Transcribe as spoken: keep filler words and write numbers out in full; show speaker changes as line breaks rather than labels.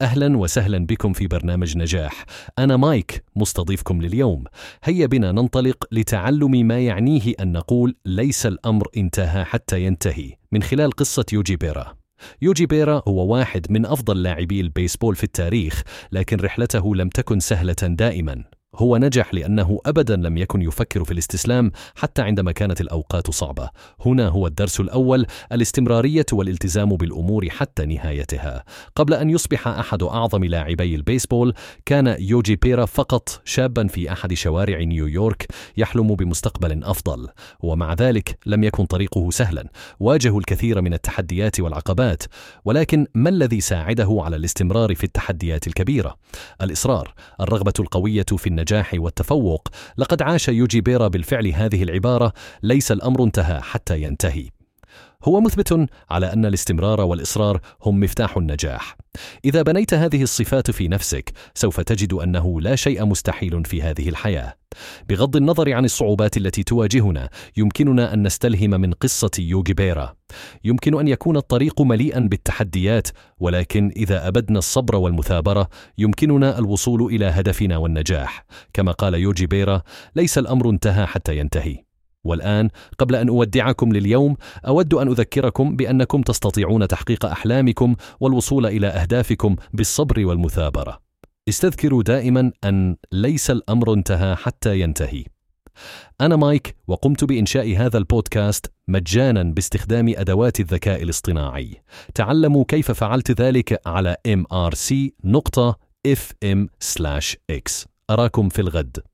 أهلا وسهلا بكم في برنامج نجاح. أنا مايك مستضيفكم لليوم. هيا بنا ننطلق لتعلم ما يعنيه أن نقول ليس الأمر انتهى حتى ينتهي من خلال قصة يوجي بيرا. يوجي بيرا هو واحد من أفضل لاعبي البيسبول في التاريخ، لكن رحلته لم تكن سهلة دائما. هو نجح لأنه أبدا لم يكن يفكر في الاستسلام حتى عندما كانت الأوقات صعبة. هنا هو الدرس الأول: الاستمرارية والالتزام بالأمور حتى نهايتها. قبل أن يصبح أحد أعظم لاعبي البيسبول، كان يوجي بيرا فقط شابا في أحد شوارع نيويورك يحلم بمستقبل أفضل، ومع ذلك لم يكن طريقه سهلا. واجه الكثير من التحديات والعقبات، ولكن ما الذي ساعده على الاستمرار في التحديات الكبيرة؟ الإصرار، الرغبة القوية في النجاح والتفوق. لقد عاش يوجي بيرا بالفعل هذه العبارة: ليس الأمر انتهى حتى ينتهي. هو مثبت على أن الاستمرار والإصرار هم مفتاح النجاح. إذا بنيت هذه الصفات في نفسك، سوف تجد أنه لا شيء مستحيل في هذه الحياة. بغض النظر عن الصعوبات التي تواجهنا، يمكننا أن نستلهم من قصة يوجي بيرا. يمكن أن يكون الطريق مليئا بالتحديات، ولكن إذا أبدنا الصبر والمثابرة يمكننا الوصول إلى هدفنا والنجاح. كما قال يوجي بيرا: ليس الأمر انتهى حتى ينتهي. والآن، قبل أن أودعكم لليوم، أود أن أذكركم بأنكم تستطيعون تحقيق أحلامكم والوصول إلى أهدافكم بالصبر والمثابرة. استذكروا دائما أن ليس الأمر انتهى حتى ينتهي. أنا مايك، وقمت بإنشاء هذا البودكاست مجانا باستخدام أدوات الذكاء الاصطناعي. تعلموا كيف فعلت ذلك على إم آر سي دوت إف إم سلاش إكس. أراكم في الغد.